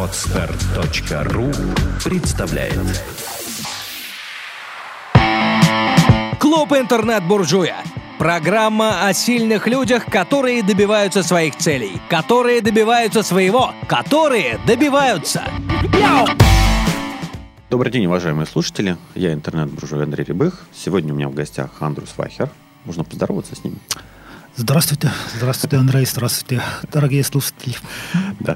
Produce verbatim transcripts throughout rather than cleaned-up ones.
Подстер точка ру представляет. Клуб интернет-буржуя. Программа о сильных людях, которые добиваются своих целей, которые добиваются своего, которые добиваются. Добрый день, уважаемые слушатели. Я интернет-буржуй Андрей Рябых. Сегодня у меня в гостях Андрус Вахер. Можно поздороваться с ним. Здравствуйте. Здравствуйте, Андрей. Здравствуйте, дорогие слушатели. Да.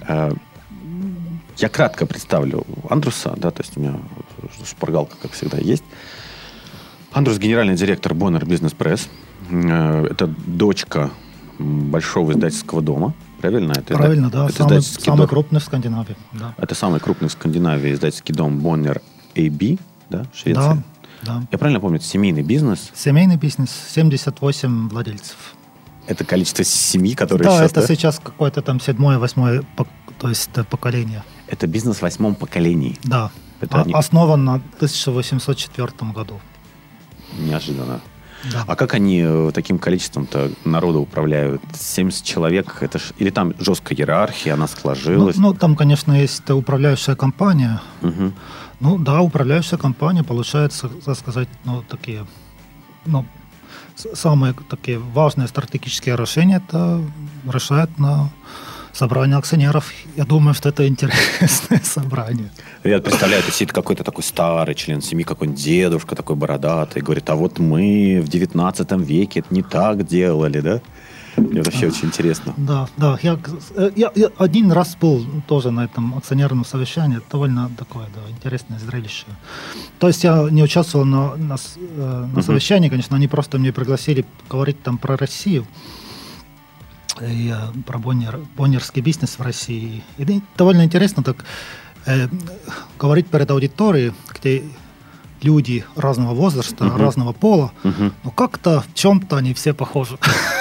Я кратко представлю Андруса, да, то есть у меня шпаргалка, как всегда, есть. Андрус – генеральный директор Bonnier Business Press. Это дочка большого издательского дома, правильно? Это Правильно, изда... да. Это самый самый дом... крупный в Скандинавии. Да. Это самый крупный в Скандинавии издательский дом Bonnier эй би, да, Швеция. Да, да. Я правильно помню, это семейный бизнес? Семейный бизнес, семьдесят восемь владельцев. Это количество семьи, которые да, сейчас... Это да, это сейчас какое-то там седьмое, восьмое, то есть поколение. Это бизнес в восьмом поколении? Да. Это а, не... Основан на тысяча восемьсот четвёртом году. Неожиданно. Да. А как они таким количеством-то народа управляют? семьдесят человек, это ж... или там жесткая иерархия, она сложилась? Ну, ну там, конечно, есть управляющая компания. Угу. Ну, да, управляющая компания, получается, так сказать, ну, такие, ну, самые такие важные стратегические решения это решает на собрание акционеров. Я думаю, что это интересное собрание. Я представляю, это сидит какой-то такой старый член семьи, какой-нибудь дедушка такой бородатый, говорит, а вот мы в девятнадцатом веке это не так делали, да? Мне вообще очень интересно. Да, да. Я, я, я один раз был тоже на этом акционерном совещании. Это довольно такое, да, интересное зрелище. То есть я не участвовал на, на, на uh-huh. совещании, конечно, они просто меня пригласили говорить там про Россию. И про боннер, боннерский бизнес в России. И довольно интересно так э, говорить перед аудиторией, где люди разного возраста, uh-huh. разного пола, uh-huh. но как-то в чем-то они все похожи.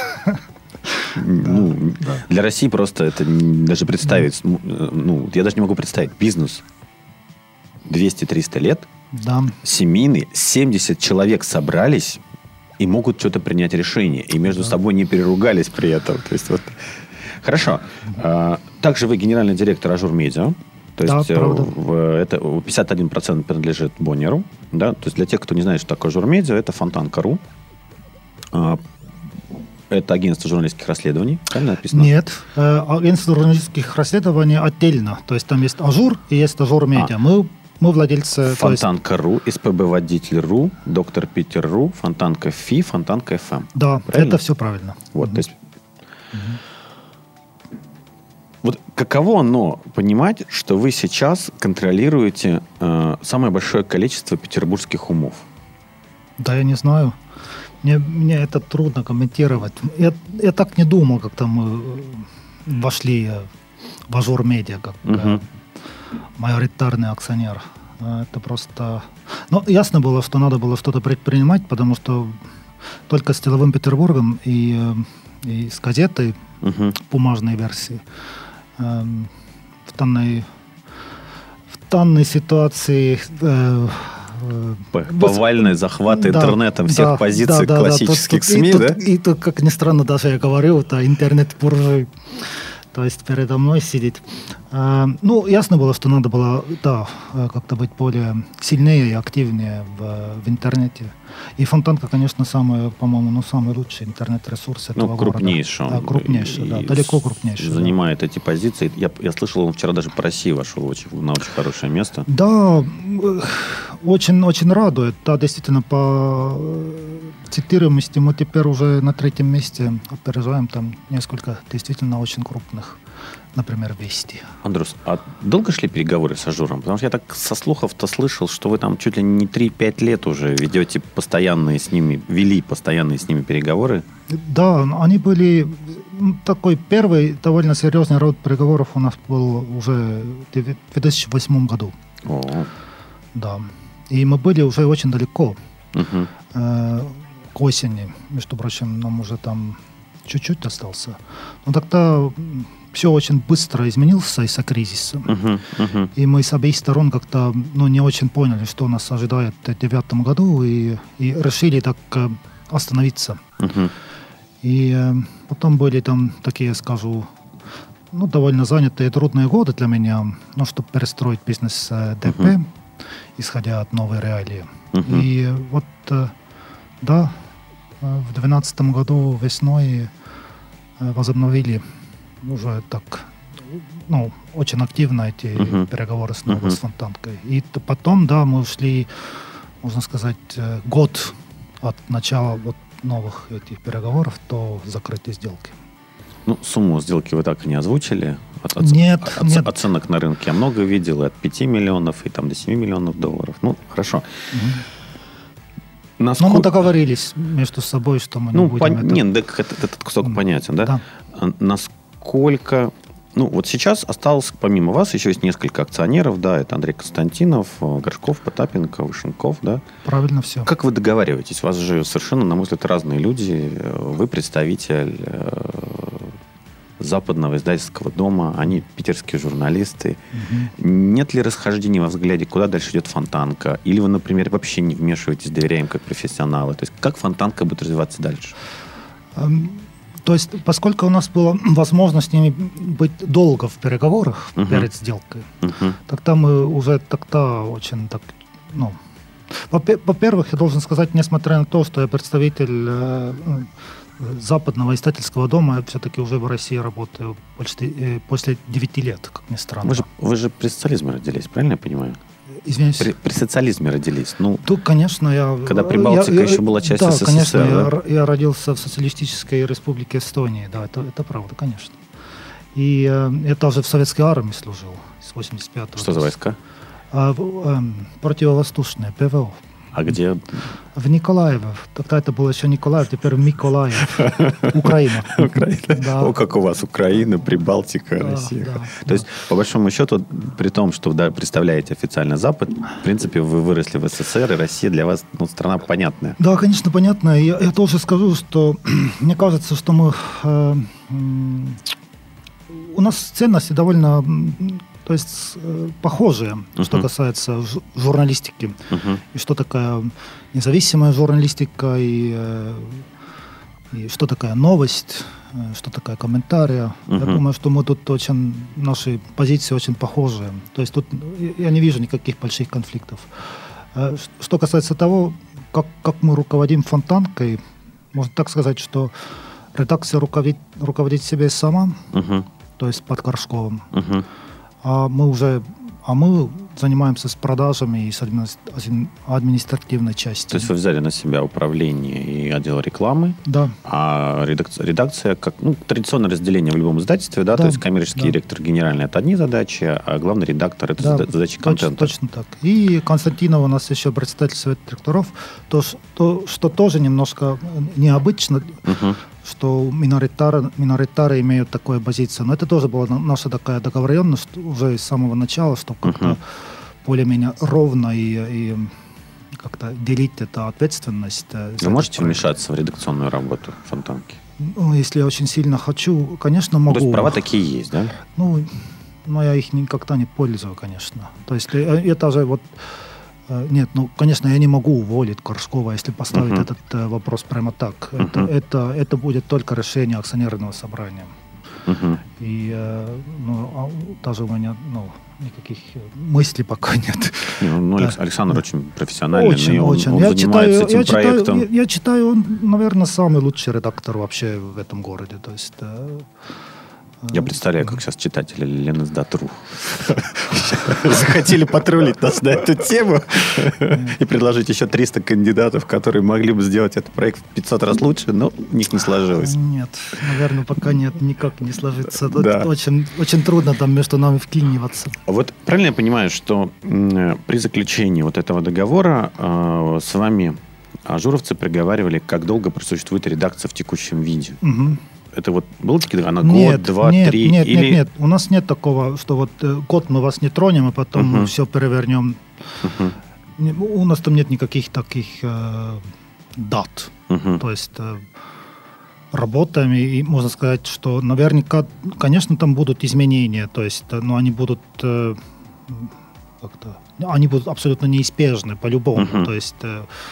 Ну, да, да. Для России просто это даже представить, да. ну, я даже не могу представить. Бизнес двести-триста лет, да. семейный, семьдесят человек собрались и могут что-то принять решение. И между да. собой не переругались при этом. То есть, вот. Хорошо. А, также вы генеральный директор Ажур Медиа. То есть да, в, это пятьдесят один процент принадлежит Bonnier. Да? То есть для тех, кто не знает, что такое Ажур Медиа, это Фонтан точка ру. А, это агентство журналистских расследований. Правильно написано? Нет. Агентство журналистских расследований отдельно. То есть там есть Ажур и есть Ажур Медиа. А. Мы Мы владельцы... Фонтан точка ру, СПБ-водитель.ру, Доктор Питер.ру, Фонтан точка эф и, Фонтан точка эф эм. Да, правильно? Это все правильно. Вот, угу. то есть... Вот каково оно понимать, что вы сейчас контролируете э, самое большое количество петербургских умов? Да, я не знаю. Мне, мне это трудно комментировать. Я, я так не думал, когда мы вошли в Ажур Медиа, как... Угу. Майоритарный акционер. Это просто... Ну, ясно было, что надо было что-то предпринимать, потому что только с «Деловым Петербургом» и, и с газетой uh-huh. бумажной версии э, в данной, в данной ситуации... Э, повальный захват да, интернетом всех да, позиций да, классических да, тут, СМИ, и да? Тут, и тут, как ни странно, даже я говорю, это интернет-буржуй. То есть передо мной сидит. А, ну, ясно было, что надо было, да, как-то быть более сильнее и активнее в, в интернете. И Фонтанка, конечно, самый, по-моему, ну, самый лучший интернет-ресурс этого ну, крупнейший города. Да, крупнейший, да, далеко крупнейший. Занимает да. эти позиции. Я, я слышал, он вчера даже по России вошел очень, на очень хорошее место. Да, очень, очень радует. Да, действительно, по цитируемости мы теперь уже на третьем месте опережаем там несколько действительно очень крупных, например, «Вести». Андрус, а долго шли переговоры с Ажуром? Потому что я так со слухов-то слышал, что вы там чуть ли не три-пять лет уже ведете постоянные с ними, вели постоянные с ними переговоры. Да, они были... Такой первый довольно серьезный раунд переговоров у нас был уже в две тысячи восьмом году. О. Да. И мы были уже очень далеко. Угу. Э, к осени. Между прочим, нам уже там чуть-чуть остался. Но тогда все очень быстро изменилось из-за кризиса. Uh-huh, uh-huh. И мы с обеих сторон как-то ну, не очень поняли, что нас ожидает в девятом году, и, и решили так остановиться. Uh-huh. И э, потом были там такие, скажу, ну, довольно занятые и трудные годы для меня, ну, чтобы перестроить бизнес ДП, uh-huh. исходя от новой реалии. Uh-huh. И вот, да, в две тысячи двенадцатом году весной возобновили уже так, ну, очень активно эти uh-huh. переговоры снова uh-huh. с Фонтанкой. И потом, да, мы ушли, можно сказать, год от начала вот новых этих переговоров до закрытия сделки. Ну, сумму сделки вы так и не озвучили. От, от, нет, от, нет. Оценок на рынке я много видел, и от пяти миллионов, и там до семи миллионов долларов. Ну, хорошо. Угу. Насколько... Но мы договорились между собой, что мы не ну, будем... Пон... Это... Нет, так этот, этот кусок mm. понятен, да? Да. Насколько... Ну, вот сейчас осталось, помимо вас, еще есть несколько акционеров, да, это Андрей Константинов, Горшков, Потапенко, Вышенков, да? Правильно все. Как вы договариваетесь? У вас же совершенно, на мой взгляд, разные люди. Вы представитель западного издательского дома, они питерские журналисты. Угу. Нет ли расхождений во взгляде, куда дальше идет Фонтанка? Или вы, например, вообще не вмешиваетесь, доверяем как профессионалы? То есть как Фонтанка будет развиваться дальше? Um... То есть, поскольку у нас была возможность с ними быть долго в переговорах uh-huh. перед сделкой, uh-huh. тогда мы уже тогда очень так, ну, во-первых, я должен сказать, несмотря на то, что я представитель э, западного издательского дома, я все-таки уже в России работаю почти, э, после девяти лет, как ни странно. Вы же, вы же при социализме родились, правильно я понимаю? Извиняюсь. При, при социализме родились. Ну, тут, конечно, я... Когда Прибалтика я, еще была частью да, СССР. Конечно, да, я, я родился в социалистической республике Эстония. Да, это, это правда, конечно. И э, я тоже в советской армии служил с восемьдесят пятого. Что за войска? А, э, противовоздушные, ПВО. А где? В Николаеве. Тогда это было еще Николаев, теперь Миколаев. Украина. Украина. О, как у вас Украина, Прибалтика, Россия. То есть, по большому счету, при том, что вы представляете официально Запад, в принципе, вы выросли в СССР, и Россия для вас страна понятная. Да, конечно, понятная. Я тоже скажу, что мне кажется, что мы... У нас ценности довольно... То есть э, похожие, uh-huh. что касается ж- журналистики. Uh-huh. И что такая независимая журналистика, и, э, и что такая новость, э, что такая комментария. Uh-huh. Я думаю, что мы тут очень, наши позиции очень похожие. То есть тут я не вижу никаких больших конфликтов. Э, что касается того, как, как мы руководим Фонтанкой, можно так сказать, что редакция руководит, руководит себе сама, uh-huh. то есть под Горшковым. Uh-huh. А мы уже, а мы занимаемся с продажами и с административной частью. То есть вы взяли на себя управление и отдел рекламы, да. А редакция, редакция как ну, традиционное разделение в любом издательстве, да, да. То есть коммерческий да. директор генеральный это одни задачи, а главный редактор это да, задачи контента. Точно, точно так. И Константинов у нас еще председатель совета директоров, то, то, что тоже немножко необычно. Uh-huh. Что миноритары, миноритары имеют такую позицию. Но это тоже была наша такая договоренность уже с самого начала, что как-то uh-huh. более-менее ровно и, и как-то делить эту ответственность. Вы можете проект. вмешаться в редакционную работу Фонтанки? Ну, если я очень сильно хочу, конечно, могу. То есть права такие есть, да? Ну, но я их никогда не пользую, конечно. То есть это же вот... Нет, ну, конечно, я не могу уволить Горшкова, если поставить uh-huh. этот э, вопрос прямо так. Uh-huh. Это, это, это будет только решение акционерного собрания. Uh-huh. И э, ну, а, даже у меня ну, никаких мыслей пока нет. Ну, ну да. Александр да. очень профессиональный, очень, он, очень. он я занимается читаю, этим я проектом. Читаю, я, я читаю, он, наверное, самый лучший редактор вообще в этом городе. То есть... Э, Я представляю, как сейчас читатели Ленэсдат.ру захотели потроллить нас на эту тему и предложить еще триста кандидатов, которые могли бы сделать этот проект в пятьсот раз лучше, но у них не сложилось. Нет, наверное, пока нет, никак не сложится. Да. Очень, очень трудно там между нами вклиниваться. Вот правильно я понимаю, что при заключении вот этого договора э, с вами ажуровцы приговаривали, как долго просуществует редакция в текущем виде? Угу. Это вот был такие на год, нет, два, нет, три? Нет, или... нет, нет. У нас нет такого, что вот э, год мы вас не тронем, а потом uh-huh. мы все перевернем. Uh-huh. У нас там нет никаких таких э, дат. Uh-huh. То есть э, работаем, и, и можно сказать, что наверняка, конечно, там будут изменения. То есть, но они будут э, как-то, они будут абсолютно неизбежны по-любому. Uh-huh. То есть... Э,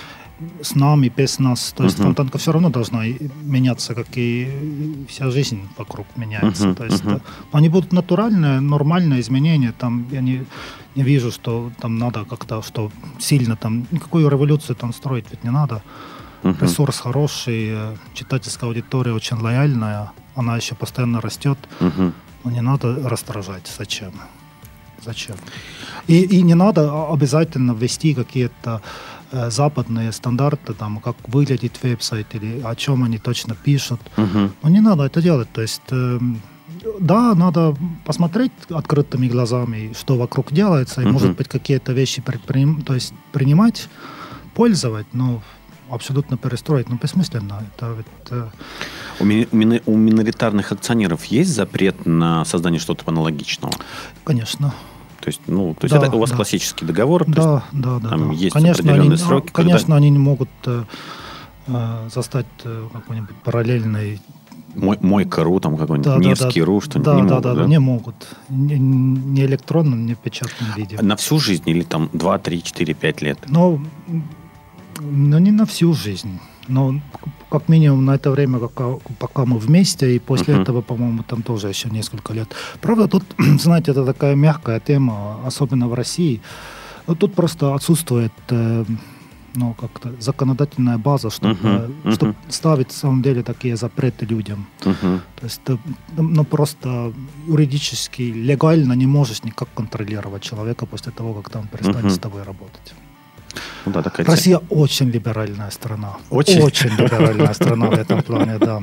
с нами, без нас. То есть Uh-huh. фонтанка все равно должна меняться, как и вся жизнь вокруг меняется. Uh-huh. То есть Uh-huh. они будут натуральные, нормальные изменения. Там я не, не вижу, что там надо как-то, что сильно там, никакую революцию там строить ведь не надо. Uh-huh. Ресурс хороший, читательская аудитория очень лояльная, она еще постоянно растет. Uh-huh. Но не надо раздражать. Зачем? Зачем? И, и не надо обязательно ввести какие-то э, западные стандарты, там, как выглядит веб-сайт или о чем они точно пишут. Uh-huh. Но не надо это делать. То есть, э, да, надо посмотреть открытыми глазами, что вокруг делается, и, uh-huh. может быть, какие-то вещи предприним, то есть, принимать, пользовать, но абсолютно перестроить, ну, бессмысленно. Это, это... У, ми- у миноритарных акционеров есть запрет на создание что-то аналогичного? Конечно. То есть, ну, то есть да, это у вас да. классический договор? Да, есть, да, да. там да. есть конечно, определенные они, сроки, конечно, когда... они не могут э, э, застать э, какой-нибудь параллельный... Мой, Мойка.ру, там какой-нибудь да, Невский.ру, да, что-нибудь да, не да, могут, да, да? да, не могут. Ни, ни электронном, ни в печатном виде. На всю жизнь или там два, три, четыре, пять лет? Но, но не на всю жизнь. Но как минимум на это время, пока, пока мы вместе, и после uh-huh. этого, по-моему, там тоже еще несколько лет. Правда, тут, знаете, это такая мягкая тема, особенно в России. Тут просто отсутствует э, ну, как-то законодательная база, чтобы, uh-huh. Uh-huh. чтобы ставить, на самом деле, такие запреты людям. Uh-huh. То есть ты ну, просто юридически, легально не можешь никак контролировать человека после того, как там перестанет uh-huh. с тобой работать. Ну, да, такая Россия цель. Очень либеральная страна. Очень? Очень либеральная страна в этом плане, да.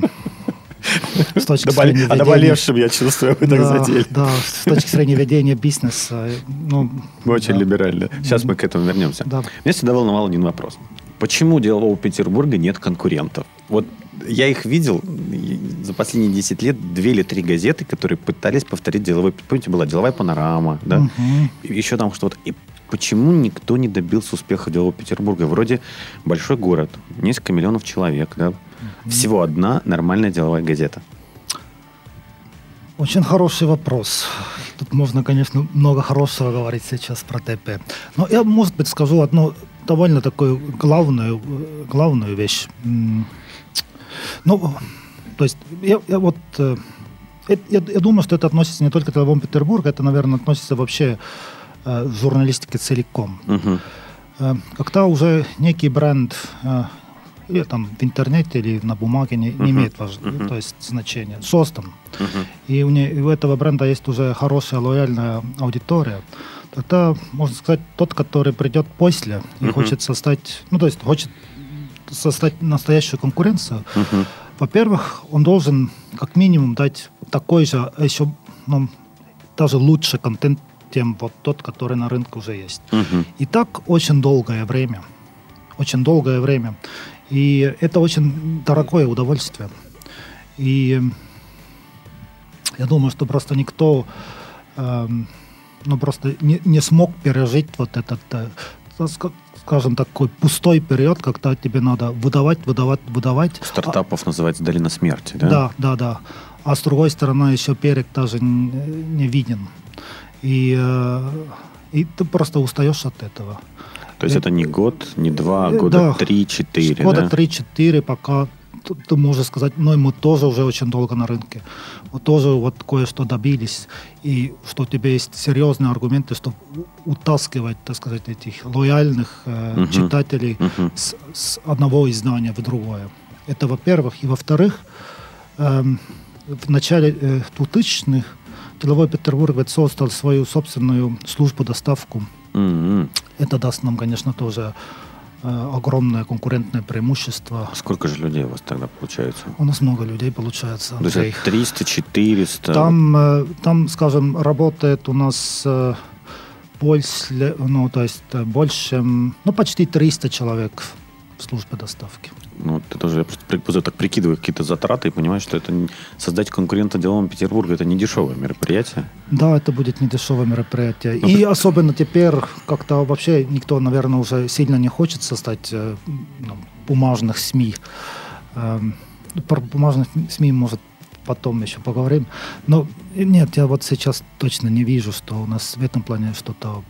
С точки Добол... зрения ведения... А наболевшим, я чувствую, вы так да, задели. Да, с точки зрения ведения бизнеса. Ну, очень да. либерально. Сейчас мы к этому вернемся. Да. Меня всегда волновал один вопрос. Почему у Делового Петербурга нет конкурентов? Вот я их видел за последние десять лет, две или три газеты, которые пытались повторить Деловой Петербург. Помните, была Деловая панорама, да? Угу. Еще там что-то. И почему никто не добился успеха Делового Петербурга? Вроде большой город, несколько миллионов человек, да? Угу. Всего одна нормальная деловая газета. Очень хороший вопрос. Тут можно, конечно, много хорошего говорить сейчас про ТП. Но я, может быть, скажу одну довольно такую главную, главную вещь. Ну, то есть, я, я вот... Я, я думаю, что это относится не только к Деловому Петербургу, это, наверное, относится вообще к журналистике целиком. Uh-huh. Когда уже некий бренд или там в интернете, или на бумаге не, uh-huh. не имеет важ... uh-huh. то есть, значения, создан, uh-huh. и у, не, у этого бренда есть уже хорошая, лояльная аудитория, тогда, можно сказать, тот, который придет после и uh-huh. хочет создать, ну, то есть хочет создать настоящую конкуренцию, uh-huh. во-первых, он должен как минимум дать такой же, еще, ну, даже лучше контент, чем вот тот, который на рынке уже есть. Uh-huh. И так очень долгое время. Очень долгое время. И это очень дорогое удовольствие. И я думаю, что просто никто э, ну, просто не, не смог пережить вот этот, э, скажем, такой пустой период, когда тебе надо выдавать, выдавать, выдавать. Стартапов а, называется долина смерти, да? Да, да, да. А с другой стороны еще берег даже не, не виден. И, э, и ты просто устаешь от этого. То есть и, это не год, не два, года да, три-четыре, года да? три-четыре, пока ты, ты можешь сказать, ну, мы тоже уже очень долго на рынке. Мы тоже вот кое-что добились. И что у тебя есть серьезные аргументы, чтобы утаскивать, так сказать, этих лояльных э, uh-huh. читателей uh-huh. с, с одного издания в другое. Это во-первых. И во-вторых, э, в начале э, двухтысячных Деловой Петербург создал свою собственную службу доставку. Mm-hmm. Это даст нам, конечно, тоже э, огромное конкурентное преимущество. Сколько же людей у вас тогда получается? У нас много людей получается. То есть триста-четыреста? Там, э, там, скажем, работает у нас э, больше, ну, то есть больше, ну, почти триста человек в службе доставки. Ну, это тоже, я просто так прикидываю какие-то затраты и понимаю, что это создать конкурента Деловому Петербургу, это не дешевое мероприятие. Да, это будет не дешевое мероприятие. Ну, и так... особенно теперь, как-то вообще никто, наверное, уже сильно не хочет создать э, ну, бумажных СМИ. Э, про бумажных СМИ, может, потом еще поговорим. Но нет, я вот сейчас точно не вижу, что у нас в этом плане что-то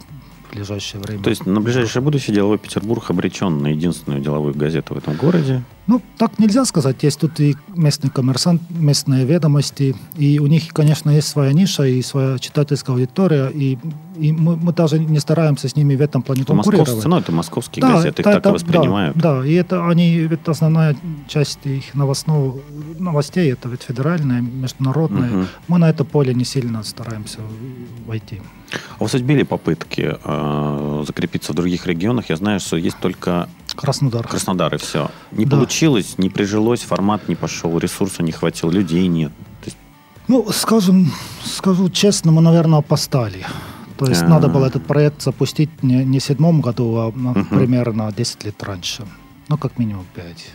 в ближайшее время. То есть на ближайшее будущее «Деловой Петербург» обречен на единственную деловую газету в этом городе? Ну, так нельзя сказать. Есть тут и местный коммерсант, местные ведомости, и у них, конечно, есть своя ниша и своя читательская аудитория, и, и мы, мы даже не стараемся с ними в этом плане это конкурировать. Ну, это московские да, газеты, это, их так это, и воспринимают. Да, да, и это они, ведь основная часть их новостного, новостей, это ведь федеральная, международная. Угу. Мы на это поле не сильно стараемся войти. А у вас были попытки э, закрепиться в других регионах? Я знаю, что есть только Краснодар. Краснодар, и все. Не да. получилось, не прижилось, формат не пошел, ресурса не хватило, людей нет. То есть... Ну, скажем, скажу честно, мы, наверное, опоздали. То есть А-а-а. надо было этот проект запустить не, не в седьмом году, а ну, uh-huh. примерно десять лет раньше. Ну, как минимум пять.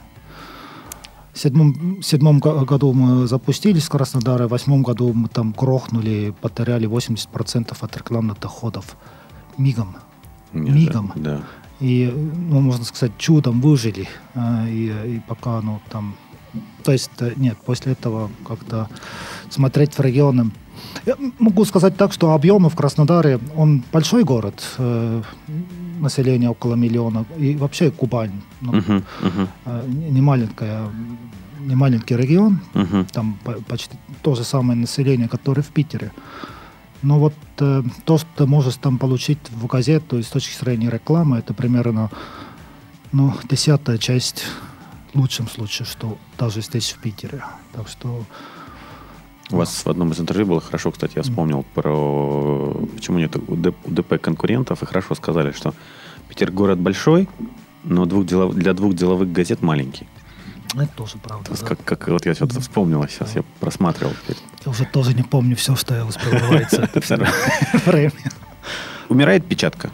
В седьмом, в седьмом году мы запустились в Краснодаре, в восьмом году мы там грохнули, потеряли восемьдесят процентов от рекламных доходов. Мигом. Нет, Мигом. Да. И, ну, можно сказать, чудом выжили. И, и пока, ну, там... То есть, нет, после этого как-то смотреть в регионы... Я могу сказать так, что объемы в Краснодаре, он большой город, э, население около миллиона, и вообще Кубань, ну, uh-huh, uh-huh. Э, не маленькая, не маленький регион, uh-huh. там почти то же самое население, которое в Питере. Но вот э, то, что ты можешь там получить в газету с точки зрения рекламы, это примерно ну, десятая часть в лучшем случае, что даже здесь в Питере. Так что... У вас в одном из интервью было хорошо, кстати, я вспомнил про почему нет у ДП конкурентов, и хорошо сказали, что Питер город большой, но двух делов... для двух деловых газет маленький. Это тоже правда. То да. как, как вот я что-то вспомнил сейчас, да. Я просматривал теперь. Я уже тоже не помню все, что я успел говорить за это время. Умирает печатка?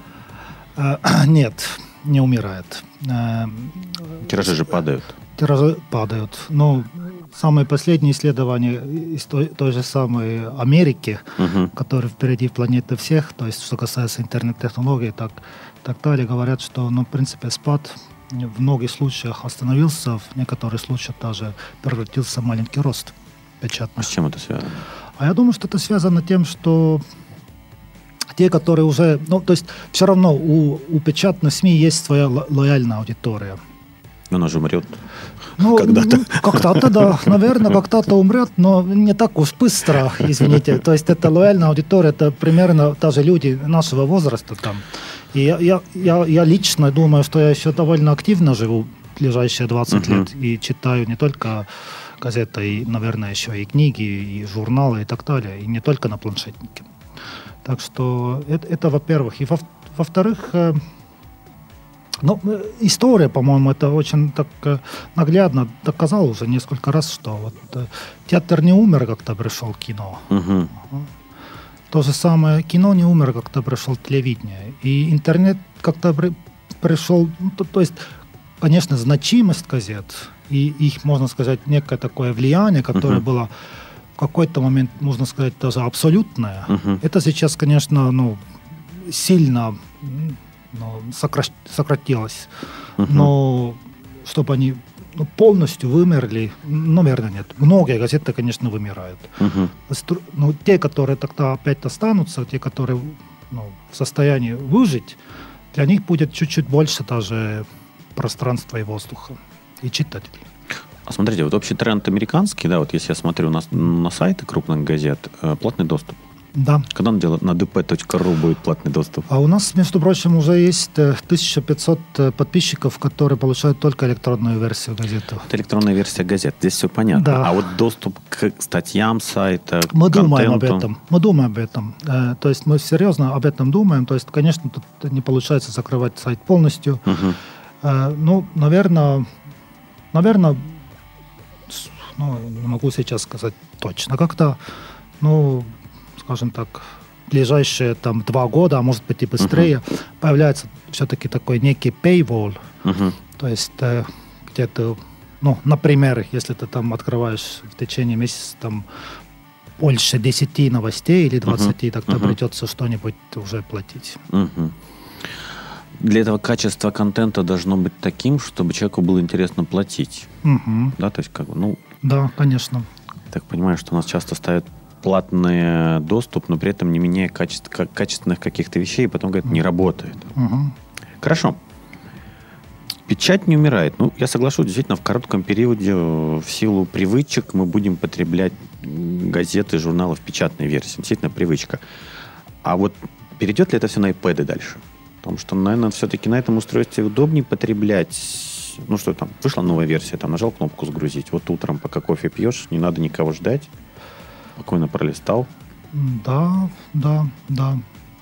Нет, не умирает. Тиражи же падают. Тиражи падают. Ну, самые последние исследования из той, той же самой Америки, uh-huh. которая впереди планеты всех, то есть что касается интернет-технологий, так, так далее, говорят, что, ну, в принципе, спад в многих случаях остановился, в некоторых случаях даже превратился в маленький рост печатных. А с чем это связано? А я думаю, что это связано с тем, что те, которые уже... Ну, то есть все равно у, у печатных СМИ есть своя ло- лояльная аудитория. Но она же умрет ну, когда-то. Ну, когда-то, да. Наверное, когда-то умрет, но не так уж быстро, извините. То есть это лояльная аудитория, это примерно даже люди нашего возраста там. И я, я, я, я лично думаю, что я еще довольно активно живу ближайшие двадцать uh-huh. лет и читаю не только газеты, и, наверное, еще и книги, и журналы, и так далее, и не только на планшетнике. Так что это, это во-первых. И во- во-вторых, э, ну, история, по-моему, это очень так э, наглядно доказала уже несколько раз, что вот, э, театр не умер, когда пришел кино. Uh-huh. То же самое, кино не умер, когда пришел телевидение. И интернет как-то при, пришел... Ну, то, то есть, конечно, значимость газет и их, можно сказать, некое такое влияние, которое uh-huh. было в какой-то момент, можно сказать, даже абсолютное. Uh-huh. Это сейчас, конечно, ну, сильно ну, сокра- сократилось. Uh-huh. Но чтобы они ну, полностью вымерли, наверное, нет. Многие газеты, конечно, вымирают. Uh-huh. Но те, которые тогда опять останутся, те, которые ну, в состоянии выжить, для них будет чуть-чуть больше даже пространства и воздуха, и читателей. А смотрите, вот общий тренд американский, да, вот если я смотрю на, на сайты крупных газет, э, платный доступ. Да. Когда на, на ди пи точка ру будет платный доступ? А у нас, между прочим, уже есть тысяча пятьсот подписчиков, которые получают только электронную версию газеты. Это электронная версия газет, здесь все понятно. Да. А вот доступ к статьям сайта, мы к контенту... думаем об этом. Мы думаем об этом. Э, то есть мы серьезно об этом думаем. То есть, конечно, тут не получается закрывать сайт полностью. Угу. Э, ну, наверное, наверное, ну, не могу сейчас сказать точно. Как-то, ну... скажем так, ближайшие там два года, а может быть и быстрее, uh-huh. появляется все-таки такой некий paywall. Uh-huh. То есть э, где-то, ну, например, если ты там открываешь в течение месяца там больше десяти новостей или двадцати, uh-huh. тогда uh-huh. придется что-нибудь уже платить. Uh-huh. Для этого качество контента должно быть таким, чтобы человеку было интересно платить. Uh-huh. Да, то есть как бы, ну... Да, конечно. Я так понимаю, что у нас часто ставят платный доступ, но при этом не меняя качеств, качественных каких-то вещей, и потом говорят, не работает. Угу. Хорошо. Печать не умирает. Ну, я соглашусь, действительно, в коротком периоде в силу привычек мы будем потреблять газеты, журналы в печатной версии. Действительно, привычка. А вот перейдет ли это все на iPad дальше? Потому что, наверное, все-таки на этом устройстве удобнее потреблять. Ну, что там, вышла новая версия, там нажал кнопку «Сгрузить». Вот утром, пока кофе пьешь, не надо никого ждать. Спокойно пролистал. Да, да, да.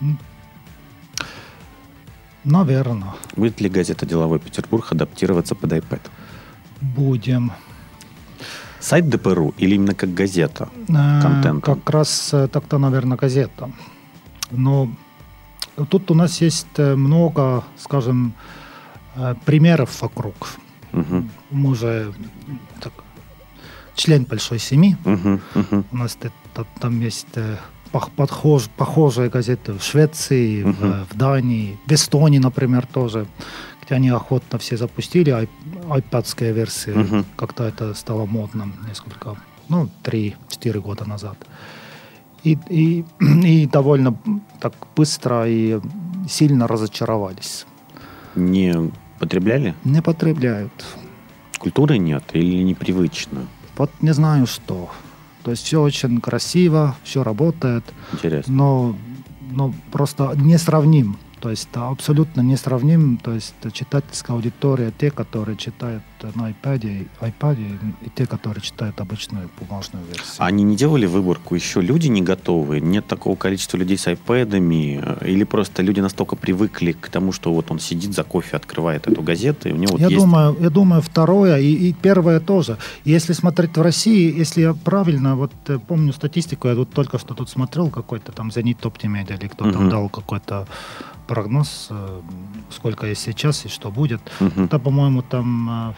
Наверное. Будет ли газета «Деловой Петербург» адаптироваться под iPad? Будем. Сайт ДПРУ или именно как газета? Э, Контентом? Как раз э, так-то, наверное, газета. Но тут у нас есть много, скажем, э, примеров вокруг. Угу. Мы же так, член большой семьи. Угу, угу. У нас это, там есть э, похож, похожие газеты в Швеции, угу. в, в Дании, в Эстонии, например, тоже, где они охотно все запустили ай, айпадские версии, угу. как-то это стало модно несколько, ну, три-четыре года назад. И, и, и довольно так быстро и сильно разочаровались. Не потребляли? Не потребляют. Культуры нет или непривычно? Вот не знаю что. То есть все очень красиво, все работает. Интересно. Но, но просто несравним. То есть да, абсолютно несравним. То есть читательская аудитория, те, которые читают на iPad, iPad и те, которые читают обычную бумажную версию. А они не делали выборку? Еще люди не готовы? Нет такого количества людей с iPad'ами? Или просто люди настолько привыкли к тому, что вот он сидит за кофе, открывает эту газету, и у него вот я, есть... думаю, я думаю, второе и, и первое тоже. Если смотреть в России, если я правильно вот помню статистику, я вот только что тут смотрел какой-то там Зенит Оптимедиа или кто-то Угу. дал какой-то прогноз, сколько есть сейчас и что будет. Угу. Это, по-моему, там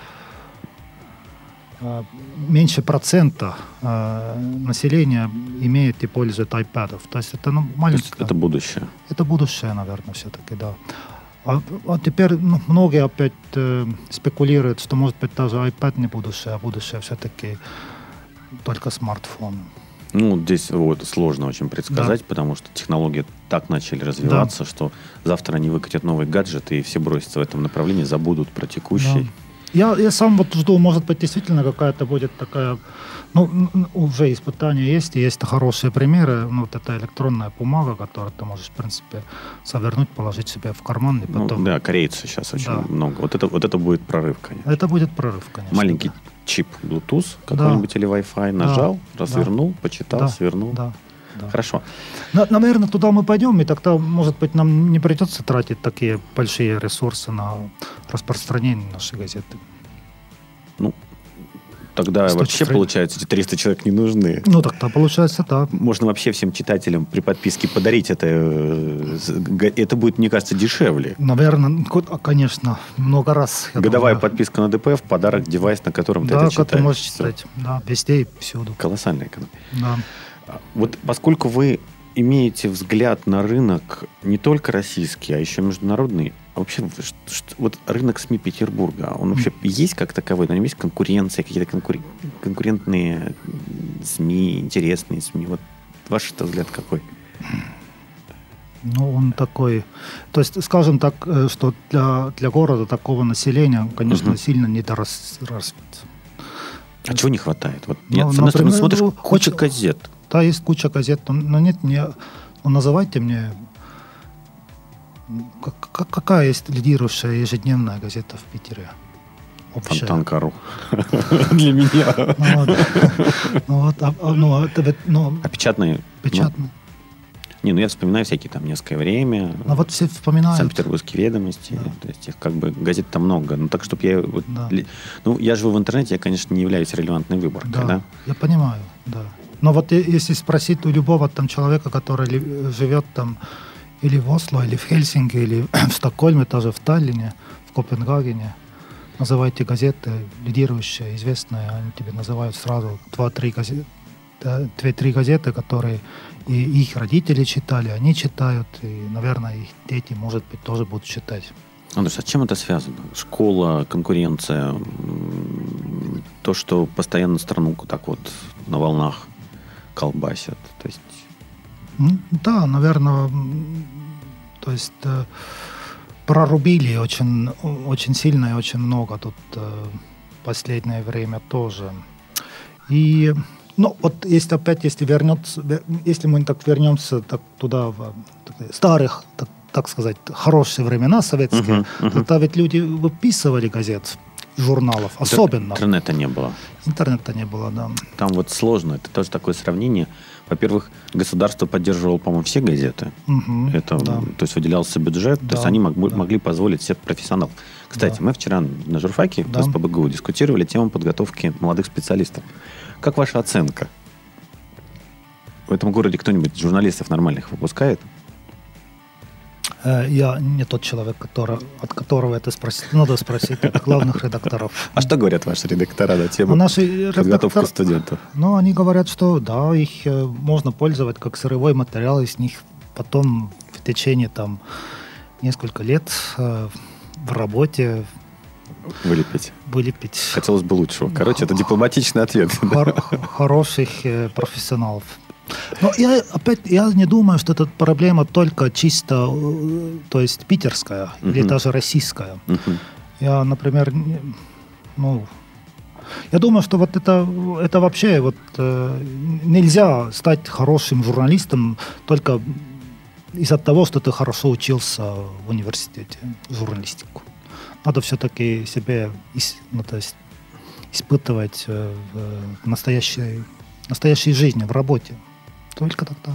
меньше процента населения имеет и пользует iPad'ов. То есть это ну, маленькое. Это будущее. Это будущее, наверное, все-таки, да. А, а теперь ну, многие опять э, спекулируют, что, может быть, даже iPad не будущее, а будущее все-таки только смартфон. Ну, здесь вот, сложно очень предсказать, Да. потому что технологии так начали развиваться, да. что завтра они выкатят новый гаджет, и все бросятся в этом направлении, забудут про текущий. Да. Я, я сам вот жду, может быть, действительно какая-то будет такая... Ну, уже испытания есть, и есть хорошие примеры. Ну, вот эта электронная бумага, которую ты можешь, в принципе, совернуть, положить себе в карман, и потом... Ну, да, корейцы сейчас очень Да. много. Вот это, вот это будет прорыв, конечно. Это будет прорыв, конечно. Маленький да. чип Bluetooth какой-нибудь Да. или Wi-Fi нажал, Да. развернул, почитал, Да. свернул. Да. Да. Хорошо. На- Наверное, туда мы пойдем, и тогда, может быть, нам не придется тратить такие большие ресурсы на распространение нашей газеты. Ну, тогда С точки вообще, зрения- получается, эти триста человек не нужны. Ну, тогда получается, да. Можно вообще всем читателям при подписке подарить это. э, Это будет, мне кажется, дешевле. Наверное, ко- конечно, много раз. я Годовая думаю. подписка на ДПФ, подарок, девайс, на котором ты Да, это как читаешь. ты можешь Всё. читать. Да, везде и всюду. Колоссальная экономия. Да. Вот поскольку вы имеете взгляд на рынок не только российский, а еще международный, а вообще ш- ш- вот рынок СМИ Петербурга, он вообще есть как таковой? На нем есть конкуренция, какие-то конкур- конкурентные СМИ, интересные СМИ? Вот ваш взгляд какой? Ну, он такой... То есть, скажем так, э, что для, для города такого населения, конечно, Мгм. сильно недоразвит. А чего не хватает? Вот Ну, я, с одной стороны, например, смотришь, ну, куча хоть- газет. Да, есть куча газет, но, но нет, не, ну, называйте мне, как, как- какая есть лидирующая ежедневная газета в Питере? Общая. Фонтанка.ру. Для меня. Ну, вот. Ну, вот, а- а, ну, это ведь, ну, А печатные? печатно. Не, ну я вспоминаю всякие там «Неское время», А вот все вспоминают. «Санкт-Петербургские ведомости». Да. То есть их как бы газет там много. Ну так, чтобы я... Вот, Да. ли- Ну, я живу в интернете, я, конечно, не являюсь релевантной выборкой, Да, да? я понимаю, да. Но вот е- если спросить у любого там человека, который ли- живет там или в Осло, или в Хельсинки, или в Стокгольме, тоже в Таллине, в Копенгагене, называйте газеты, лидирующие, известные, они тебе называют сразу два-три газеты, две-три газеты, которые и их родители читали, они читают, и, наверное, их дети, может быть, тоже будут читать. Андрюш, а с чем это связано? Школа, конкуренция, м, то, что постоянно страну так вот на волнах колбасят. То есть... Да, наверное, то есть э, прорубили очень, очень сильно и очень много тут э, последнее время тоже. И, ну, вот если опять, если вернется, если мы так вернемся так, туда, в так, старых, так, так сказать, хорошие времена советские, uh-huh, uh-huh. тогда ведь люди выписывали газет, журналов, особенно. Интернета не было. Интернета не было, да. Там вот сложно, это тоже такое сравнение. Во-первых, государство поддерживало, по-моему, все газеты. Угу, это, да. То есть выделялся бюджет, да, то есть они мог, да. могли позволить себе профессионалов. Кстати, да. мы вчера на журфаке да. с ПБГУ дискутировали тему подготовки молодых специалистов. Как ваша оценка? В этом городе кто-нибудь журналистов нормальных выпускает? Я не тот человек, который, от которого это спросить. Надо спросить от главных редакторов. А что говорят ваши редактора на тему подготовки студентов? Ну, они говорят, что да, их можно пользовать как сырьевой материал, из них потом в течение там несколько лет в работе вылепить. Вылепить. Хотелось бы лучшего. Короче, это дипломатичный ответ. Хор- хороших профессионалов. Но я опять я не думаю, что это проблема только чисто, то есть питерская uh-huh. или даже российская. Uh-huh. Я, например, ну, я думаю, что вот это, это вообще вот нельзя стать хорошим журналистом только из-за того, что ты хорошо учился в университете журналистику. Надо все-таки себе ну, то есть, испытывать в настоящей, настоящей жизни, в работе. Только тогда.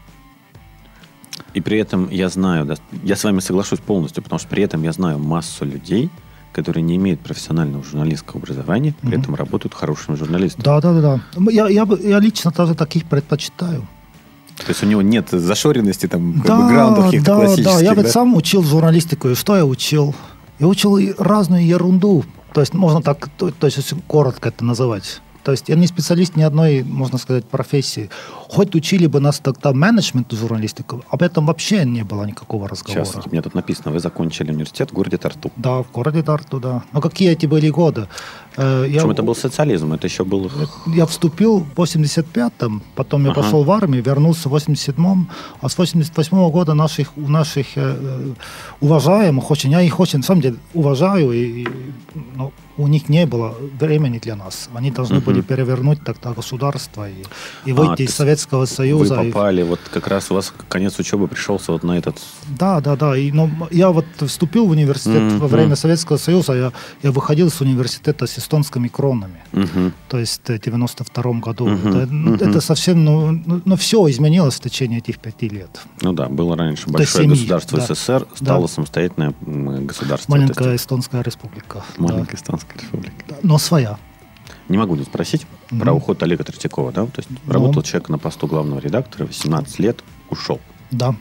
И при этом я знаю, да, я с вами соглашусь полностью, потому что при этом я знаю массу людей, которые не имеют профессионального журналистского образования, при mm-hmm. этом работают хорошими журналистами. Да, да, да, да. Я, я, я лично тоже таких предпочитаю. То есть у него нет зашоренности, там, да, бэкграунда каких-то да, классических. Да, я да? ведь сам учил журналистику. И что я учил? Я учил разную ерунду. То есть можно так, то, то есть коротко это называть. То есть я не специалист ни одной, можно сказать, профессии. Хоть учили бы нас тогда менеджменту журналистику, об этом вообще не было никакого разговора. Сейчас, мне тут написано, вы закончили университет в городе Тарту. Да, в городе Тарту, да. Но какие эти были годы? Причем я, это был социализм, это еще был... Я вступил в восемьдесят пятом, потом я ага. пошел в армию, вернулся в восемьдесят седьмом, а с восемьдесят восьмого года наших, наших э, уважаемых, очень, я их очень, на самом деле, уважаю, и, и, ну, у них не было времени для нас. Они должны uh-huh. были перевернуть тогда государство и, и выйти а, из Советского Союза. Вы попали, и... вот как раз у вас конец учебы пришелся вот на этот... Да, да, да. И, ну, я вот вступил в университет uh-huh. во время Советского Союза, я, я выходил с университета с эстонскими кронами. Uh-huh. То есть в девяносто втором году. Uh-huh. Это, ну, uh-huh. это совсем, ну, ну, ну, все изменилось в течение этих пяти лет. Ну да, было раньше большое семьи, государство да. СССР, стало да. самостоятельное государство. Маленькая эстонская республика. Маленькая да. эстонская республика. Но своя. Не могу не спросить mm-hmm. про уход Олега Третьякова, да? То есть mm-hmm. работал человек на посту главного редактора, восемнадцать лет, ушел. Да,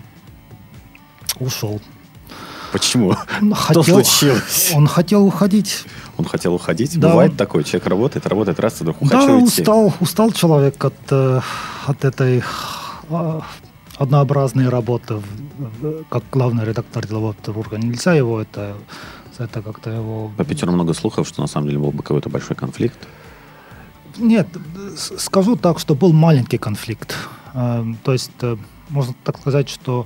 ушел. Почему? Хотел, Что случилось? Он хотел уходить. Он хотел уходить? Да. Бывает такое, человек работает, работает, раз, и вдруг да, хочу уйти. устал, устал человек от, от этой однообразной работы, как главный редактор делового Петербурга. Нельзя его это... Это как-то его... По Питеру много слухов, что на самом деле был бы какой-то большой конфликт. Нет, скажу так, что был маленький конфликт. То есть, можно так сказать, что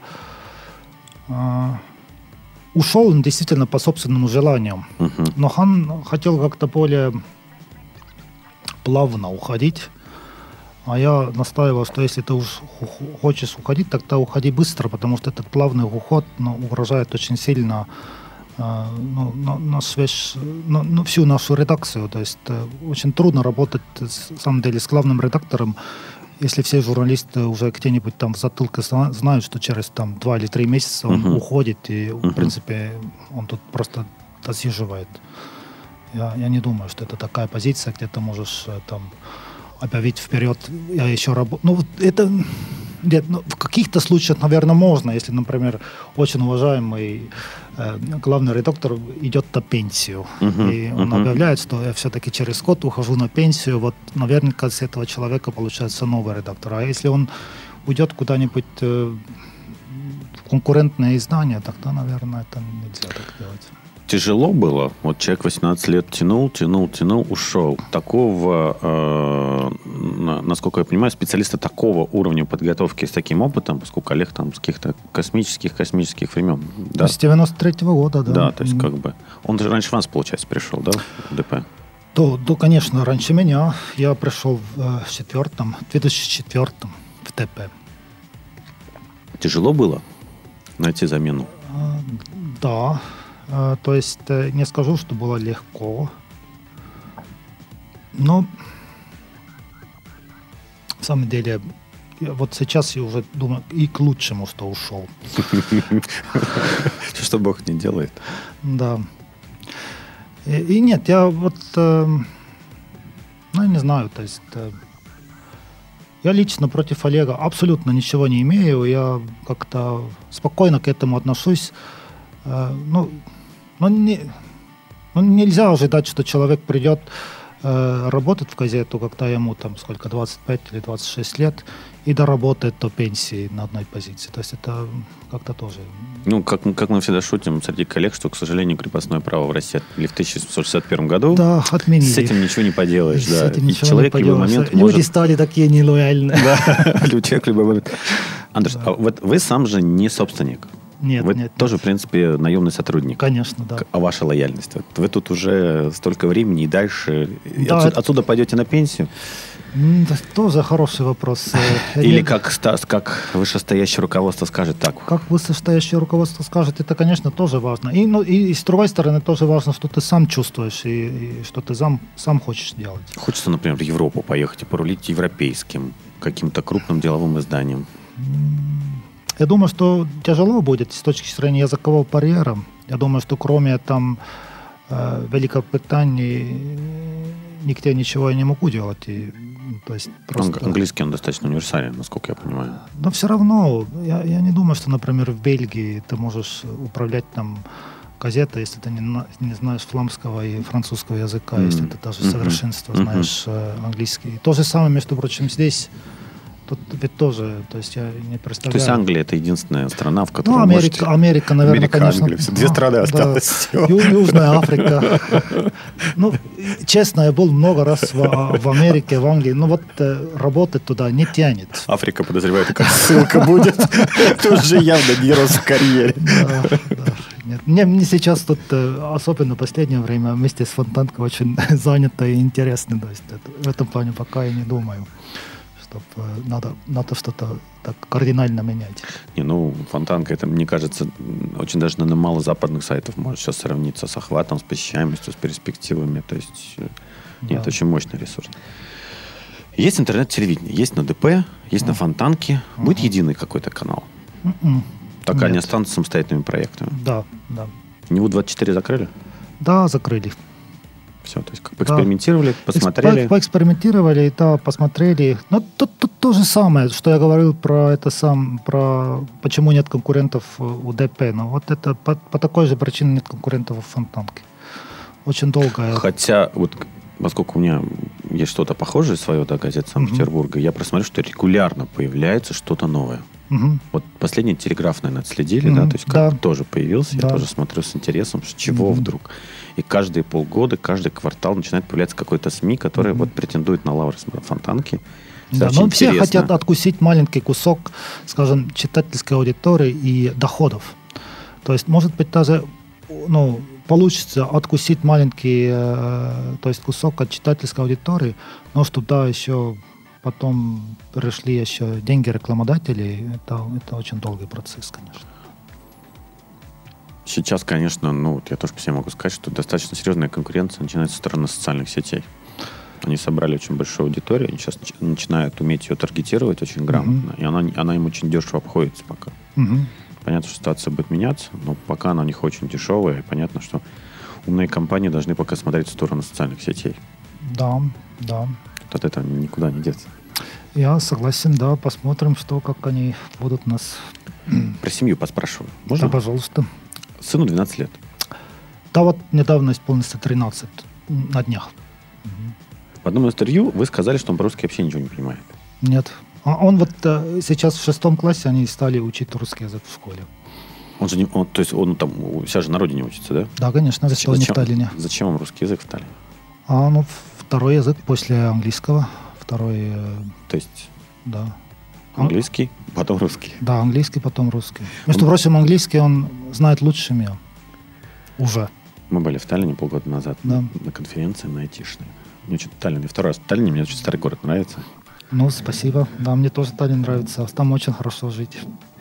ушел он действительно по собственному желанию. Uh-huh. Но он хотел как-то более плавно уходить. А я настаивал, что если ты уж хочешь уходить, тогда уходи быстро, потому что этот плавный уход ну, угрожает очень сильно Ну, на, на, связь, на, на всю нашу редакцию. То есть э, очень трудно работать, с, на самом деле, с главным редактором, если все журналисты уже где-нибудь там в затылке знают, что через там, два или три месяца он uh-huh. уходит, и, uh-huh. в принципе, он тут просто досиживает. Я, я не думаю, что это такая позиция, где ты можешь там объявить вперед, я еще работаю. Ну, вот это... Нет, ну, в каких-то случаях, наверное, можно, если, например, очень уважаемый э, главный редактор идет на пенсию, uh-huh, и он uh-huh. объявляет, что я все-таки через год ухожу на пенсию, вот наверняка с этого человека получается новый редактор. А если он уйдет куда-нибудь э, в конкурентное издание, тогда, наверное, это нельзя так делать. Тяжело было? Вот человек восемнадцать лет тянул, тянул, тянул, ушел. Такого, э, насколько я понимаю, специалиста такого уровня подготовки с таким опытом, поскольку Олег там с каких-то космических, космических времен. Да? С девяносто третьего года, да. Да, то есть как бы... Он же раньше вас, получается, пришел, да, в ДП? Да, да, конечно, раньше меня. Я пришел в четвертом, две тысячи четвёртом в ДП. Тяжело было найти замену? А, да. А, то есть не скажу, что было легко. Но в самом деле вот сейчас я уже думаю и к лучшему, что ушел. Что Бог не делает. Да. И нет, я вот, ну, я не знаю, то есть я лично против Олега абсолютно ничего не имею, я как-то спокойно к этому отношусь. Ну, ну, не, ну нельзя ожидать, что человек придет работать в газету, когда ему там сколько, двадцать пять или двадцать шесть лет, и доработает до пенсии на одной позиции. То есть это как-то тоже... Ну, как, как мы всегда шутим среди коллег, что, к сожалению, крепостное право в России отменили в тысяча семьсот шестьдесят первом году. Да, отменили. С этим ничего не поделаешь. С Да. этим ничего человек не в любой момент Люди может... стали такие нелояльные. Да, человек в любой момент. Андрей, а вот вы сам же не собственник. Нет, вы нет. тоже, нет. в принципе, наемный сотрудник. Конечно, да. А ваша лояльность? Вот вы тут уже столько времени и дальше. И Да, отсюда, это... отсюда пойдете на пенсию? Это тоже хороший вопрос. Или как, как вышестоящее руководство скажет так? Как вышестоящее руководство скажет, это, конечно, тоже важно. И, ну, и, и с другой стороны, тоже важно, что ты сам чувствуешь и, и что ты сам, сам хочешь делать. Хочется, например, в Европу поехать и порулить европейским, каким-то крупным деловым изданием. Я думаю, что тяжело будет с точки зрения языкового барьера. Я думаю, что кроме там э, Великобритании нигде ничего я не могу делать. И, то есть просто... Английский он достаточно универсален, насколько я понимаю. Но все равно, я, я не думаю, что, например, в Бельгии ты можешь управлять там газетой, если ты не, не знаешь фламского и французского языка, mm-hmm. если ты даже в совершенстве mm-hmm. знаешь э, английский. И то же самое, между прочим, здесь. Тут ведь тоже, то есть я не представляю. То есть Англия это единственная страна, в которой ну, Америка, можете... Америка, наверное, Америка, конечно. Англия, две страны осталось. Да. Ю, Южная Африка. Ну, честно, я был много раз в, в Америке, в Англии, но вот э, работать туда не тянет. Африка, подозреваю, такая ссылка будет. Тоже явно не рос в карьере. Да, да. Нет. Мне, мне сейчас тут, особенно в последнее время, вместе с Фонтанкой очень занято и интересно. То есть в этом плане пока я не думаю. Надо, надо что-то так кардинально менять. Не, ну, Фонтанка, это, мне кажется, очень даже на мало западных сайтов может сейчас сравниться с охватом, с посещаемостью, с перспективами. То есть, да. Нет, очень мощный ресурс. Есть интернет-телевидение, есть на ДП, есть uh-huh. на Фонтанке. Uh-huh. Будет единый какой-то канал? Uh-uh. Так Нет. они останутся самостоятельными проектами? Да, да. Ниву двадцать четыре закрыли? Да, закрыли. Все, то есть как поэкспериментировали, да. посмотрели. По- поэкспериментировали, да, посмотрели. Но тут, тут то же самое, что я говорил про это сам, про почему нет конкурентов у ДП. Но вот это по, по такой же причине нет конкурентов у Фонтанки. Очень долго. Хотя, вот поскольку у меня есть что-то похожее свое, да, газета Санкт-Петербурга, угу. я просмотрю, что регулярно появляется что-то новое. Угу. Вот последний телеграф, наверное, отследили, угу. да, то есть как да. тоже появился, да. я тоже смотрю с интересом, с чего угу. вдруг. И каждые полгода, каждый квартал начинает появляться какой-то СМИ, который mm-hmm. вот претендует на лавры Фонтанки. Да, но все хотят откусить маленький кусок, скажем, читательской аудитории и доходов. То есть, может быть, даже ну, получится откусить маленький э, то есть кусок от читательской аудитории, но что туда еще потом пришли еще деньги рекламодателей, это, это очень долгий процесс, конечно. Сейчас, конечно, ну, вот я тоже по себе могу сказать, что достаточно серьезная конкуренция начинается со стороны социальных сетей. Они собрали очень большую аудиторию, они сейчас начинают уметь ее таргетировать очень грамотно, mm-hmm. и она, она им очень дешево обходится пока. Mm-hmm. Понятно, что ситуация будет меняться, но пока она у них очень дешевая, и понятно, что умные компании должны пока смотреть в сторону социальных сетей. Да, да. От этого никуда не деться. Я согласен, да, посмотрим, что, как они будут нас... Про семью поспрашиваю. Можно? Да, пожалуйста. Сыну двенадцать лет. Да, вот недавно исполнилось тринадцать, на днях. В одном интервью вы сказали, что он по-русски вообще ничего не понимает. Нет. А он вот э, сейчас в шестом классе, они стали учить русский язык в школе. Он же не, он, то есть он там у себя же на родине учится, да? Да, конечно, в Эстонии, в Таллине. Зачем вам русский язык в Таллине? А, ну, второй язык после английского. Второй, то есть да. Английский, потом русский. Да, английский, потом русский. Между прочим, английский он знает лучше меня. Уже. Мы были в Таллине полгода назад да. на конференции на айтишной. Мне что-то Таллин, и второй раз в Таллине, мне очень старый город нравится. Ну, спасибо. Да, мне тоже Таллин нравится. Там очень хорошо жить.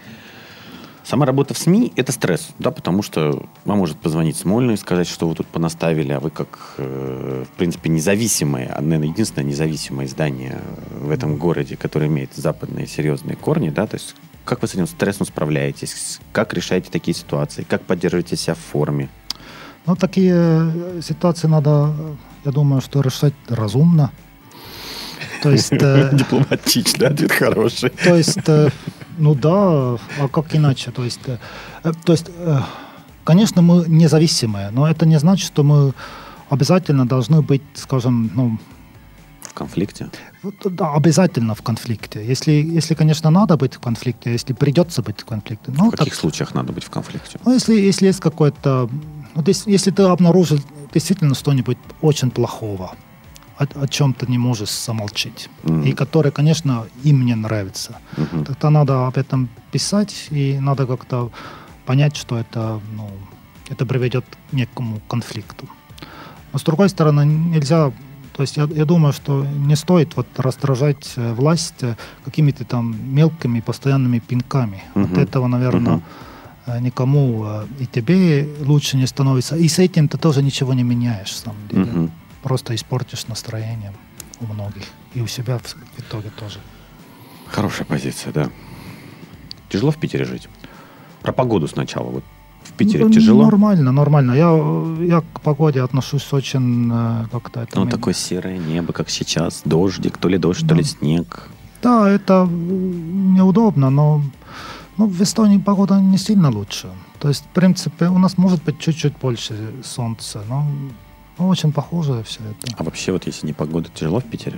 Сама работа в СМИ – это стресс, да, потому что вам может позвонить Смольный и сказать, что вы тут понаставили, а вы как, э, в принципе, независимое, наверное, единственное независимое издание в этом городе, которое имеет западные серьезные корни, да, то есть как вы с этим стрессом справляетесь, как решаете такие ситуации, как поддерживаете себя в форме? Ну, такие ситуации надо, я думаю, что решать разумно. То есть... Дипломатично, ответ хороший. То есть... Ну да, а как иначе? То есть, э, то есть э, конечно, мы независимые, но это не значит, что мы обязательно должны быть, скажем, ну... В конфликте? Да, обязательно в конфликте. Если, если, конечно, надо быть в конфликте, если придется быть в конфликте. Ну, в каких так, случаях надо быть в конфликте? Ну, если, если есть какой-то... Вот если, если ты обнаружил действительно что-нибудь очень плохого, О, о чем ты не можешь замолчать, mm-hmm. и которое, конечно, им не нравится. Mm-hmm. Тогда надо об этом писать, и надо как-то понять, что это, ну, это приведет к некому конфликту. Но, с другой стороны, нельзя... То есть я, я думаю, что не стоит вот раздражать власть какими-то там мелкими постоянными пинками. Mm-hmm. От этого, наверное, mm-hmm. никому и тебе лучше не становится. И с этим ты тоже ничего не меняешь, на самом деле. Mm-hmm. Просто испортишь настроение у многих. И у себя в итоге тоже. Хорошая позиция, да. Тяжело в Питере жить? Про погоду сначала. Вот в Питере ну, тяжело? Нормально, нормально. Я, я к погоде отношусь очень как-то... Это ну, такое серое небо, как сейчас. Дождик, то ли дождь, да. то ли снег. Да, это неудобно, но ну, в Эстонии погода не сильно лучше. То есть, в принципе, у нас может быть чуть-чуть больше солнца, но... Ну, очень похоже все это. А вообще, вот если не погода, тяжело в Питере?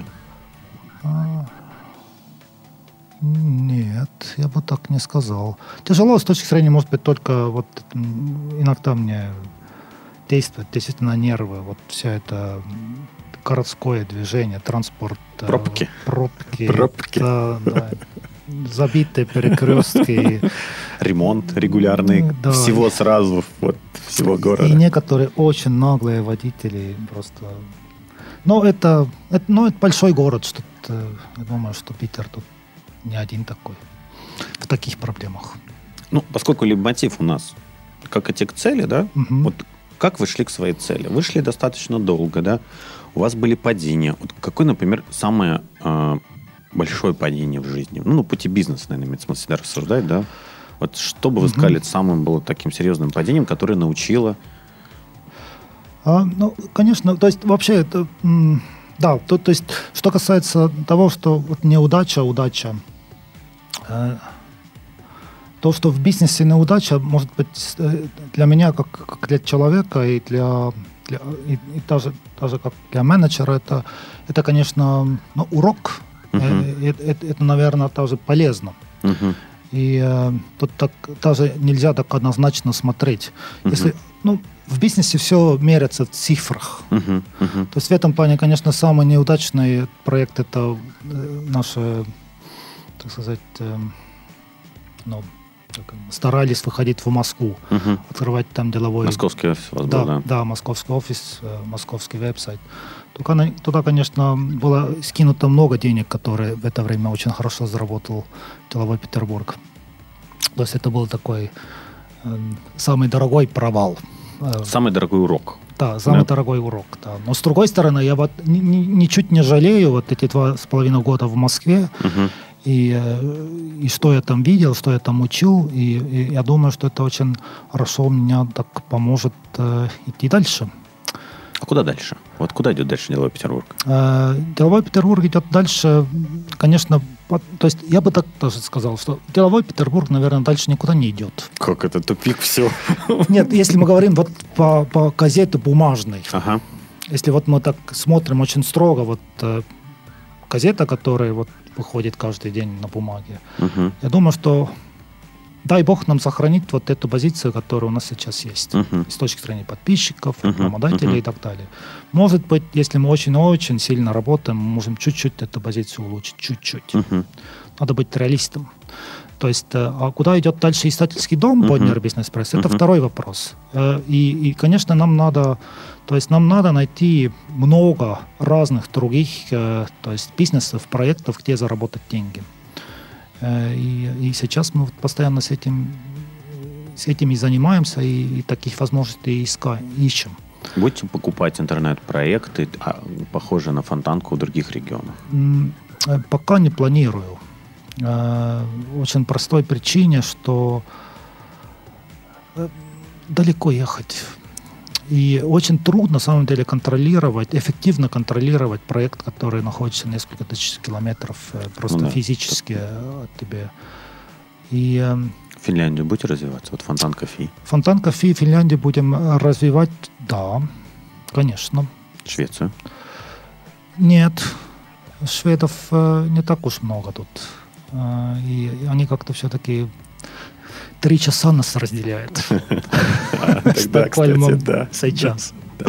А, нет, я бы так не сказал. Тяжело с точки зрения, может быть, только вот иногда мне действует действительно нервы. Вот все это городское движение, транспорт. Пробки. Пробки. Пробки. Да, да. Забитые перекрестки. Ремонт регулярный. Да. Всего сразу, вот, всего города. И некоторые очень наглые водители просто... Но это, это, ну, это большой город. Что я думаю, что Питер тут не один такой в таких проблемах. Ну, поскольку лейтмотив у нас как идти к цели, да? Угу. Вот как вы шли к своей цели? Вы шли достаточно долго, да? У вас были падения. Вот какое, например, самое... Э, большое падение в жизни. Ну, на пути бизнеса, наверное, имеет смысл всегда рассуждать, да? Вот что бы вы сказали, mm-hmm. самым было таким серьезным падением, которое научило? А, ну, конечно, то есть вообще это... М- да, то, то есть что касается того, что вот неудача, удача, э, то, что в бизнесе неудача, может быть, для меня, как, как для человека и для... для и, и даже, даже как для менеджера, это, это конечно, ну, урок. Uh-huh. Это, это, это, наверное, тоже полезно. Uh-huh. И э, тут так, даже нельзя так однозначно смотреть. Uh-huh. Если, ну, в бизнесе все меряется в цифрах. Uh-huh. Uh-huh. То есть в этом плане, конечно, самый неудачный проект – это э, наши, так сказать, э, ну, старались выходить в Москву, uh-huh. открывать там деловой... Московский офис у вас да, был, да? Да, московский офис, э, московский веб-сайт. Только туда, конечно, было скинуто много денег, которые в это время очень хорошо заработал деловой Петербург. То есть это был такой э, самый дорогой провал. Самый дорогой урок. Да, самый да? дорогой урок. Да. Но с другой стороны, я вот ни, ни, ничуть не жалею вот эти два с половиной года в Москве. Uh-huh. И, и что я там видел, что я там учил. И, и я думаю, что это очень хорошо меня так поможет э, идти дальше. А куда дальше? Вот куда идет дальше Деловой Петербург? Э, Деловой Петербург идет дальше, конечно, по, то есть я бы так тоже сказал, что Деловой Петербург, наверное, дальше никуда не идет. Как это? Тупик все? Нет, если мы говорим вот по, по газете бумажной, ага. если вот мы так смотрим очень строго, вот э, газета, которая вот выходит каждый день на бумаге, угу. я думаю, что дай бог нам сохранить вот эту позицию, которая у нас сейчас есть. Uh-huh. С точки зрения подписчиков, uh-huh. рекламодателей uh-huh. и так далее. Может быть, если мы очень-очень сильно работаем, мы можем чуть-чуть эту позицию улучшить. Чуть-чуть. Uh-huh. Надо быть реалистом. То есть, а куда идет дальше издательский дом Bonnier Business Press, это uh-huh. второй вопрос. И, и, конечно, нам надо, то есть нам надо найти много разных других, то есть бизнесов, проектов, где заработать деньги. И, и сейчас мы постоянно с этим, с этим и занимаемся, и, и таких возможностей искаем, ищем. Будете покупать интернет-проекты, похожие на Фонтанку в других регионах? Пока не планирую. Очень простой причине, что далеко ехать. И очень трудно, на самом деле, контролировать, эффективно контролировать проект, который находится несколько тысяч километров просто ну, да. физически от тебя. И Финляндию будете развиваться? Вот Фонтанка Фи. Фонтанка Фи в Финляндии будем развивать, да, конечно. Швецию? Нет, шведов не так уж много тут. И они как-то все-таки три часа нас разделяют. Стокгольмом сейчас.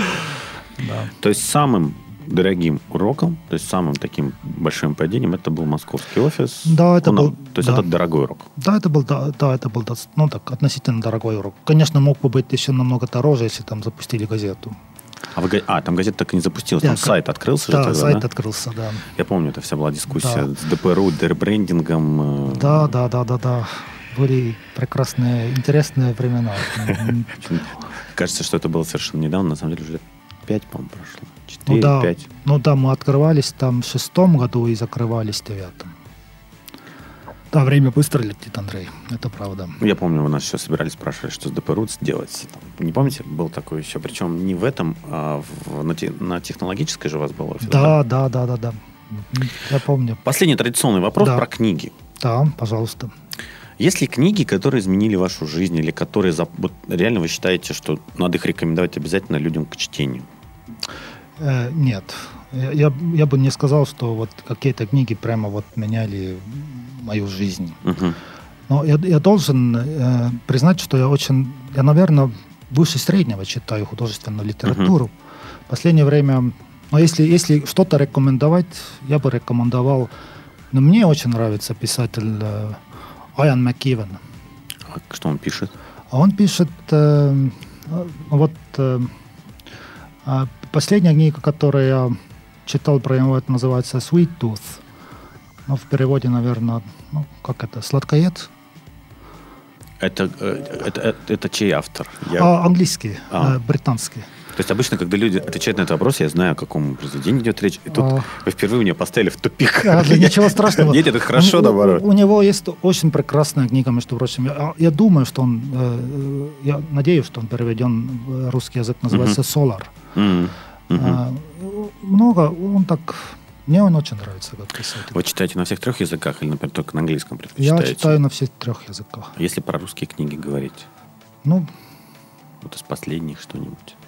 То есть самым дорогим уроком, то есть самым таким большим падением, это был московский офис. Да, это был. То есть это дорогой урок. Да, это был, да, это был, ну так относительно дорогой урок. Конечно, мог бы быть еще намного дороже, если там запустили газету. А, вы, а, там газета так и не запустилась, да, там как, сайт открылся да, же тогда, сайт да? открылся, да. Я помню, это вся была дискуссия да. с ДПРУ, дербрендингом. Да, да, да, да, да. Были прекрасные, интересные времена. Кажется, что это было совершенно недавно, на самом деле уже пять, по-моему, прошло. четыре, ну, да, пять. Ну да, мы открывались там в шестом году и закрывались в девятом. Да, время быстро летит, Андрей, это правда. Я помню, вы нас еще собирались, спрашивали, что с ДПРУ сделать. Не помните, был такой еще, причем не в этом, а в, на, те, на технологической же у вас был офис. Да, да, да, да, да, да. Я помню. Последний традиционный вопрос да. про книги. Да, пожалуйста. Есть ли книги, которые изменили вашу жизнь, или которые вот, реально вы считаете, что надо их рекомендовать обязательно людям к чтению? Э, нет. Я, я бы не сказал, что вот какие-то книги прямо вот меняли мою жизнь. Uh-huh. Но я, я должен э, признать, что я очень, я, наверное, выше среднего читаю художественную литературу. Uh-huh. В последнее время, ну, если, если что-то рекомендовать, я бы рекомендовал, но мне очень нравится писатель э, Ian McEwan. А что он пишет? Он пишет, э, вот э, последняя книга, которую я читал про него, это называется Sweet Tooth. Ну, в переводе, наверное, ну, как это, сладкоед? Это, это, это, это чей автор? Я... А, английский, а. британский. То есть обычно, когда люди отвечают на этот вопрос, я знаю, о каком произведении идет речь. И тут а... вы впервые меня поставили в тупик. А, да, ничего страшного. Нет, это хорошо, наоборот. У, у него есть очень прекрасная книга, между прочим. Я, я думаю, что он, э, я надеюсь, что он переведен в русский язык, называется «Solar». Mm-hmm. Mm-hmm. А, много, он так... Мне он очень нравится, как писатель. Вы читаете на всех трех языках или, например, только на английском предпочитаете? Я читаю на всех трех языках. А если про русские книги говорить? Ну... Вот из последних что-нибудь.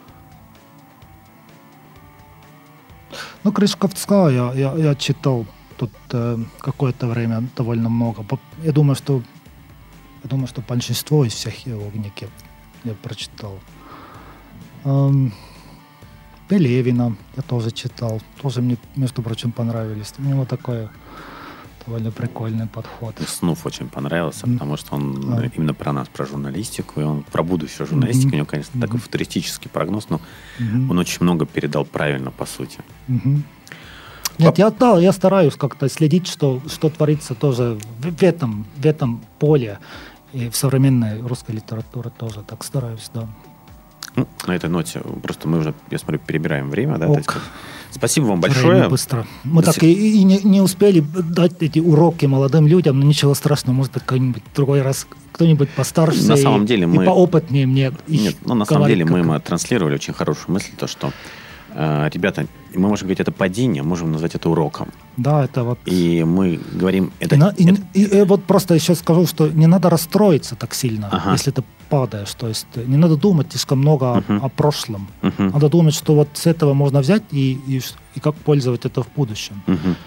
Ну, Крышковцка я, я, я читал тут э, какое-то время довольно много. Я думаю, что я думаю, что большинство из всех его книг я, я прочитал. Эм, Пелевина я тоже читал. Тоже мне, между прочим, понравились. У него такой довольно прикольный подход. Снуф очень понравился, потому что он а. именно про нас, про журналистику, и он про будущую журналистику. Mm-hmm. У него, конечно, mm-hmm. такой футуристический прогноз, но mm-hmm. он очень много передал правильно, по сути. Mm-hmm. Нет, я, да, я стараюсь как-то следить, что, что творится тоже в, в, этом, в этом поле. И в современной русской литературе тоже так стараюсь, да. Ну, на этой ноте просто мы уже, я смотрю, перебираем время. Да, есть, спасибо вам большое. Время быстро. Мы До так сих... и, и не, не успели дать эти уроки молодым людям, но ничего страшного, может быть, какой-нибудь другой раз кто-нибудь постарше на самом и, деле и мы... поопытнее мне. Нет, ну, на самом деле как... мы транслировали очень хорошую мысль, то, что э, ребята, мы можем говорить это падение, можем назвать это уроком. Да, это вот... И мы говорим... Это, и, это... И, и, и вот просто еще скажу, что не надо расстроиться так сильно, ага. если ты падаешь. То есть не надо думать слишком много uh-huh. о, о прошлом. Uh-huh. Надо думать, что вот с этого можно взять и, и, и как пользовать это в будущем. Uh-huh.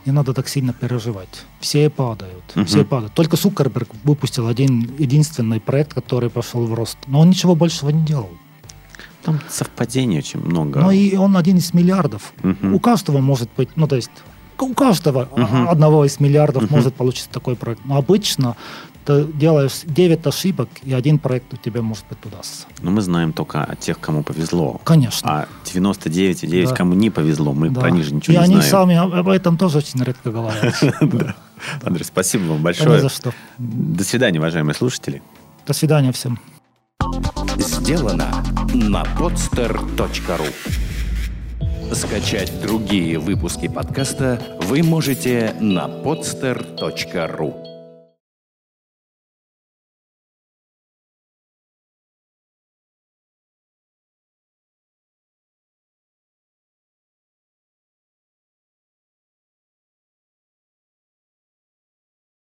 не надо так сильно переживать. Все падают, Uh-huh. все падают. Только Цукерберг выпустил один единственный проект, который пошел в рост. Но он ничего большего не делал. Там совпадений очень много. Ну и он один из миллиардов. Uh-huh. У каждого может быть, ну то есть, у каждого Uh-huh. одного из миллиардов Uh-huh. может получиться такой проект. Но обычно ты делаешь девять ошибок, и один проект у тебя, может быть, удастся. Но мы знаем только о тех, кому повезло. Конечно. А девяносто девять и девять, Да. кому не повезло, мы Да. про них же ничего и не они знаем. сами об этом тоже очень редко говорят. Да. Андрей, спасибо вам Да не большое. за что. До свидания, уважаемые слушатели. До свидания всем. Сделано на podster точка ру. Скачать другие выпуски подкаста вы можете на podster точка ру.